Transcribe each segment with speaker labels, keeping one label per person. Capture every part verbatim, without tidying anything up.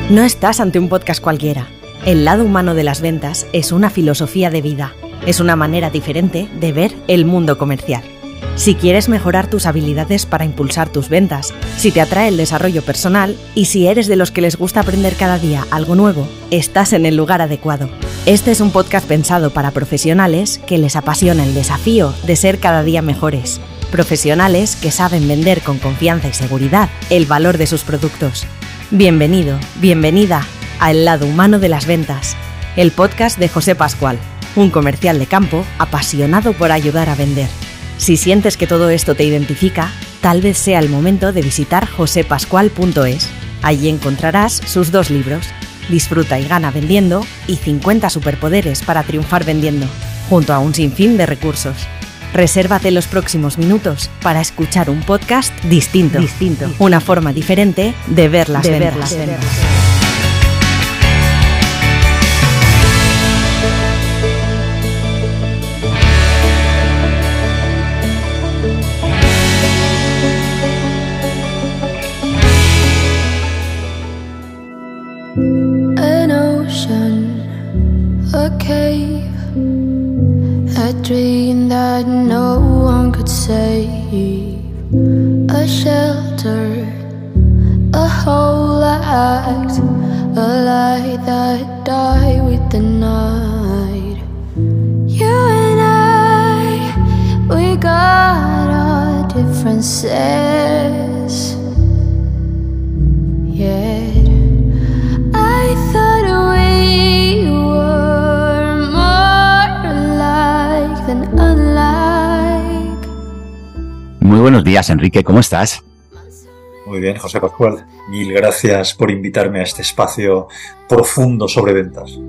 Speaker 1: No estás ante un podcast cualquiera. El lado humano de las ventas es una filosofía de vida. Es una manera diferente de ver el mundo comercial. Si quieres mejorar tus habilidades para impulsar tus ventas, si te atrae el desarrollo personal y si eres de los que les gusta aprender cada día algo nuevo, estás en el lugar adecuado. Este es un podcast pensado para profesionales que les apasiona el desafío de ser cada día mejores. Profesionales que saben vender con confianza y seguridad el valor de sus productos. Bienvenido, bienvenida a El lado humano de las ventas, el podcast de José Pascual, un comercial de campo apasionado por ayudar a vender. Si sientes que todo esto te identifica, tal vez sea el momento de visitar jose pascual punto es. Allí encontrarás sus dos libros, Disfruta y gana vendiendo y cincuenta superpoderes para triunfar vendiendo, junto a un sinfín de recursos. Resérvate los próximos minutos para escuchar un podcast distinto, distinto, una forma diferente de ver las de ventas. Ver las ventas.
Speaker 2: An ocean, a cave, a dream that no one could save, a shelter, a whole act, a light that died with the night. You and I, we got our differences, yeah. I thought we were more alike than unlike.
Speaker 3: Muy buenos días, Enrique, ¿cómo estás?
Speaker 4: Muy bien, José Pascual. Mil gracias por invitarme a este espacio profundo sobre ventas.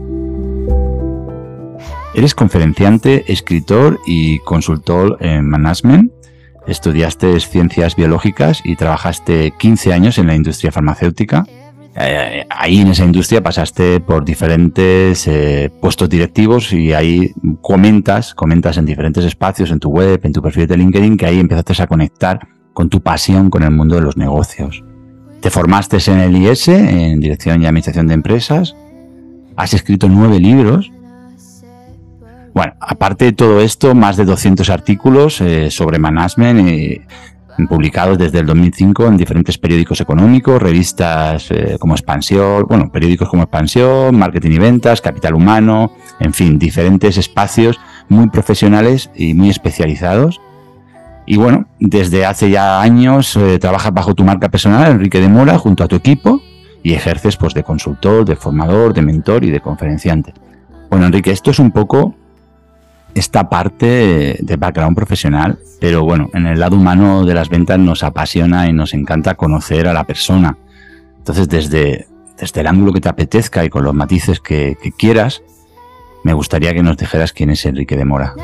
Speaker 3: Eres conferenciante, escritor y consultor en management. Estudiaste ciencias biológicas y trabajaste quince años en la industria farmacéutica. Eh, ahí en esa industria pasaste por diferentes eh, puestos directivos y ahí comentas, comentas en diferentes espacios, en tu web, en tu perfil de LinkedIn, que ahí empezaste a conectar con tu pasión con el mundo de los negocios. Te formaste en el I E S, en Dirección y Administración de Empresas. Has escrito nueve libros. Bueno, aparte de todo esto, más de doscientos artículos eh, sobre management eh, publicados desde el dos mil cinco en diferentes periódicos económicos, revistas eh, como Expansión, bueno, periódicos como Expansión, Marketing y Ventas, Capital Humano, en fin, diferentes espacios muy profesionales y muy especializados. Y bueno, desde hace ya años eh, trabajas bajo tu marca personal, Enrique de Mora, junto a tu equipo y ejerces pues de consultor, de formador, de mentor y de conferenciante. Bueno, Enrique, esto es un poco esta parte de background profesional, pero bueno, en el lado humano de las ventas nos apasiona y nos encanta conocer a la persona. Entonces, desde, desde el ángulo que te apetezca y con los matices que, que quieras, me gustaría que nos dijeras quién es Enrique de Mora.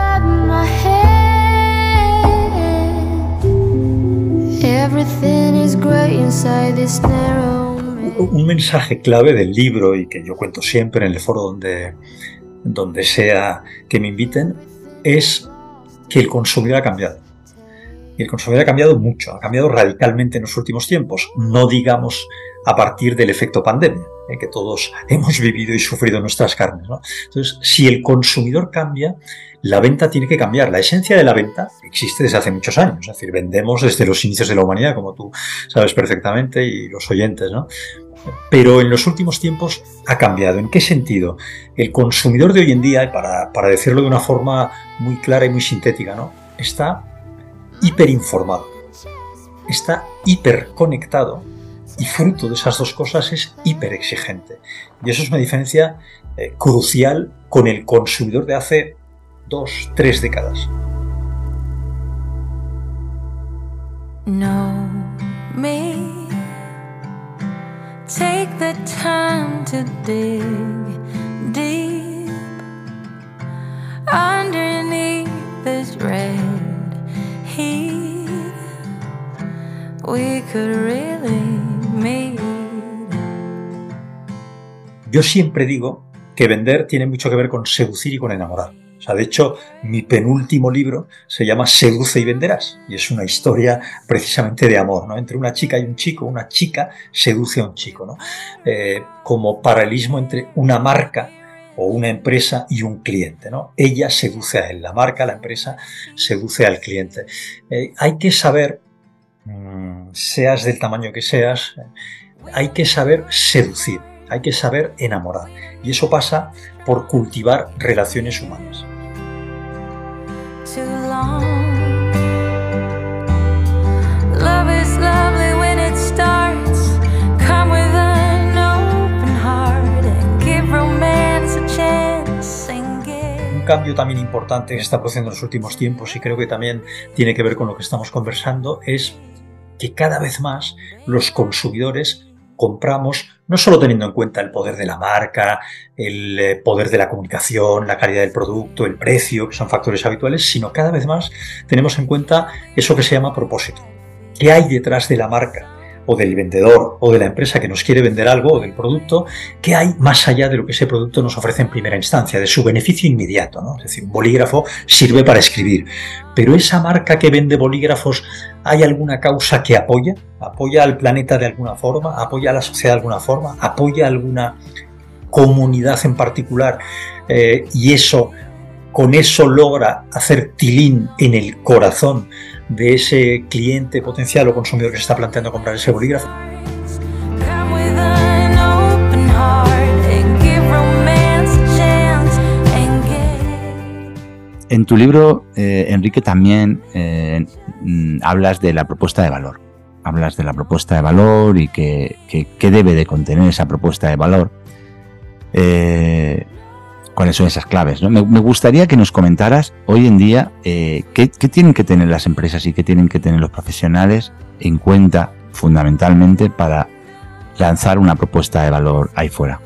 Speaker 4: Un mensaje clave del libro y que yo cuento siempre en el foro donde donde sea que me inviten, es que el consumidor ha cambiado. Y el consumidor ha cambiado mucho, ha cambiado radicalmente en los últimos tiempos, no digamos a partir del efecto pandemia, eh, que todos hemos vivido y sufrido en nuestras carnes, ¿no? Entonces, si el consumidor cambia, la venta tiene que cambiar. La esencia de la venta existe desde hace muchos años, es decir, vendemos desde los inicios de la humanidad, como tú sabes perfectamente y los oyentes, ¿no? Pero en los últimos tiempos ha cambiado. ¿En qué sentido? El consumidor de hoy en día, para, para decirlo de una forma muy clara y muy sintética, ¿no?, está hiperinformado, está hiperconectado y fruto de esas dos cosas es hiperexigente. Y eso es una diferencia eh, crucial con el consumidor de hace dos, tres décadas.
Speaker 2: No, me. Take the time to dig deep underneath this red heat. We could really meet.
Speaker 4: Yo siempre digo que vender tiene mucho que ver con seducir y con enamorar. O sea, de hecho, mi penúltimo libro se llama Seduce y venderás, y es una historia precisamente de amor, ¿no? Entre una chica y un chico, una chica seduce a un chico, ¿no? Eh, como paralelismo entre una marca o una empresa y un cliente, ¿no? Ella seduce a él, la marca, la empresa seduce al cliente. Eh, hay que saber, mmm, seas del tamaño que seas, hay que saber seducir, hay que saber enamorar, y eso pasa por cultivar relaciones humanas.
Speaker 2: Too long. Love is lovely when it starts. Come with an open heart and give romance a chance and get...
Speaker 4: Un cambio también importante que se está produciendo en los últimos tiempos, y creo que también tiene que ver con lo que estamos conversando, es que cada vez más los consumidores compramos no solo teniendo en cuenta el poder de la marca, el poder de la comunicación, la calidad del producto, el precio, que son factores habituales, sino cada vez más tenemos en cuenta eso que se llama propósito. ¿Qué hay detrás de la marca o del vendedor o de la empresa que nos quiere vender algo o del producto? ¿Qué hay más allá de lo que ese producto nos ofrece en primera instancia, de su beneficio inmediato, ¿no? Es decir, un bolígrafo sirve para escribir, pero esa marca que vende bolígrafos, ¿hay alguna causa que apoya? ¿Apoya al planeta de alguna forma? ¿Apoya a la sociedad de alguna forma? ¿Apoya a alguna comunidad en particular? Eh, y eso, con eso logra hacer tilín en el corazón de ese cliente potencial o consumidor que se está planteando comprar ese bolígrafo.
Speaker 2: Come with an open heart and give romance a chance and get...
Speaker 3: En tu libro, eh, Enrique, también eh, mm, hablas de la propuesta de valor. Hablas de la propuesta de valor y que, que, que debe de contener esa propuesta de valor. Eh, ¿Cuáles son esas claves, ¿no? Me, me gustaría que nos comentaras hoy en día eh, qué, qué tienen que tener las empresas y qué tienen que tener los profesionales en cuenta fundamentalmente para lanzar una propuesta de valor ahí fuera.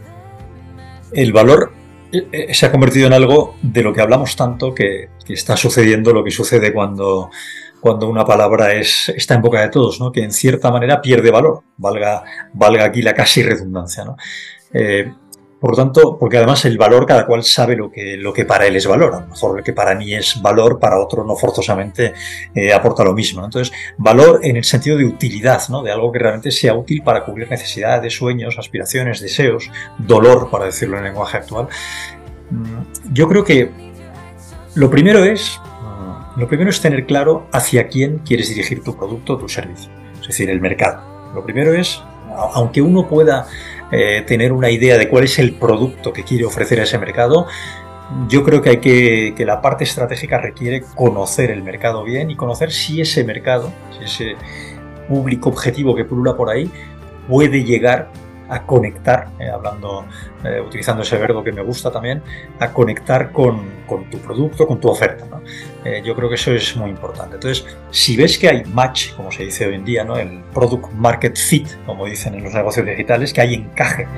Speaker 4: El valor eh, se ha convertido en algo de lo que hablamos tanto, que, que está sucediendo lo que sucede cuando, cuando una palabra es, está en boca de todos, ¿no? Que en cierta manera pierde valor, valga, valga aquí la casi redundancia, ¿no? Eh, Por lo tanto, porque además el valor, cada cual sabe lo que, lo que para él es valor. A lo mejor lo que para mí es valor, para otro no forzosamente eh, aporta lo mismo, ¿no? Entonces, valor en el sentido de utilidad, ¿no? De algo que realmente sea útil para cubrir necesidades, sueños, aspiraciones, deseos, dolor, para decirlo en lenguaje actual. Yo creo que lo primero es, lo primero es tener claro hacia quién quieres dirigir tu producto o tu servicio, es decir, el mercado. Lo primero es, aunque uno pueda Eh, tener una idea de cuál es el producto que quiere ofrecer a ese mercado, yo creo que hay que, que la parte estratégica requiere conocer el mercado bien y conocer si ese mercado, si ese público objetivo que pulula por ahí, puede llegar a conectar, eh, hablando, eh, utilizando ese verbo que me gusta también, a conectar con, con tu producto, con tu oferta, ¿no? Eh, yo creo que eso es muy importante. Entonces, si ves que hay match, como se dice hoy en día, ¿no? El product market fit, como dicen en los negocios digitales, que hay encaje.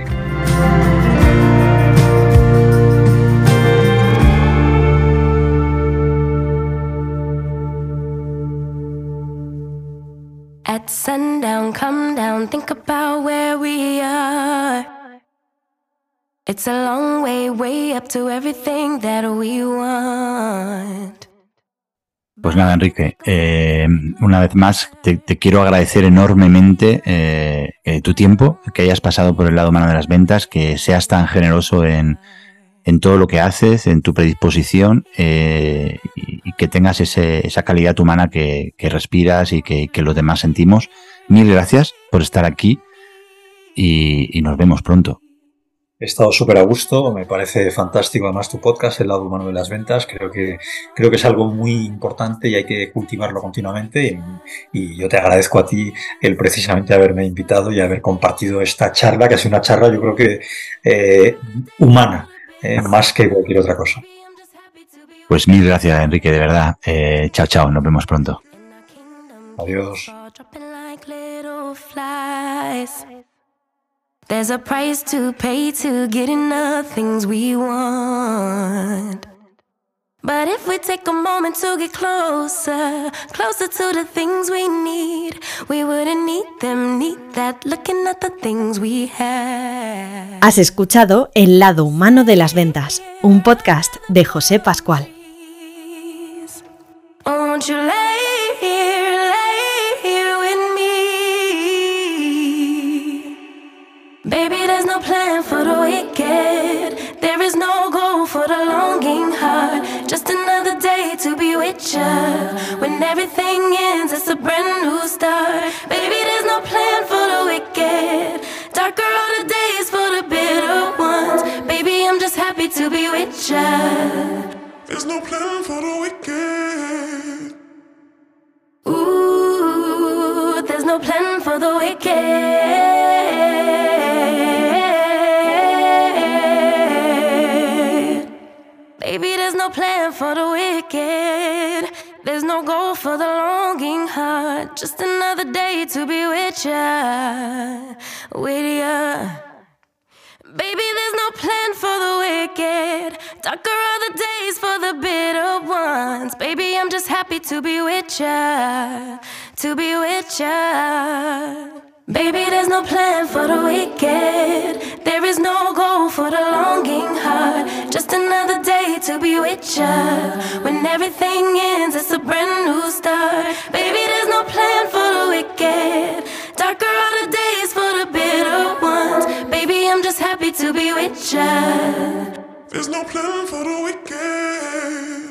Speaker 2: At sundown, come down, think about where we are. It's a long way, way up to everything that we want.
Speaker 3: Pues nada, Enrique, eh, una vez más te, te quiero agradecer enormemente eh, eh, tu tiempo, que hayas pasado por el lado humano de las ventas, que seas tan generoso en, en todo lo que haces, en tu predisposición eh, y, y que tengas ese, esa calidad humana que, que respiras y que, que los demás sentimos. Mil gracias por estar aquí y, y nos vemos pronto.
Speaker 4: He estado súper a gusto, me parece fantástico además tu podcast, El lado humano de las ventas. Creo que, creo que es algo muy importante y hay que cultivarlo continuamente, y, y yo te agradezco a ti el precisamente haberme invitado y haber compartido esta charla, que ha sido una charla yo creo que eh, humana, eh, más que cualquier otra cosa.
Speaker 3: Pues mil gracias, Enrique, de verdad. Eh, chao, chao, nos vemos pronto.
Speaker 4: Adiós.
Speaker 2: There's a price to pay to get enough things we want. But if we take a moment to get closer, closer to the things we need, we wouldn't need them, need that, looking at the things we have.
Speaker 1: Has escuchado El lado humano de las ventas, un podcast de José Pascual.
Speaker 2: Won't you lay here, lay here with me? Baby, there's no plan for the wicked. There is no goal for the longing heart. Just another day to be with you. When everything ends, it's a brand new start. Baby, there's no plan for the wicked. Darker are the days for the bitter ones. Baby, I'm just happy to be with you.
Speaker 5: There's no plan for the wicked.
Speaker 2: Ooh, there's no plan for the wicked. Baby, there's no plan for the wicked. There's no goal for the longing heart. Just another day to be with ya, with ya. Baby, there's no plan for the wicked. Darker are the days for the bitter ones. Baby, I'm just happy to be with ya, to be with ya. Baby, there's no plan for the wicked. There is no goal for the longing heart. Just another day to be with ya. When everything ends, it's a brand new start. Baby, there's no plan for the wicked. Darker are the days for the bitter ones. Baby, I'm just happy to be with ya.
Speaker 5: There's no plan for the wicked.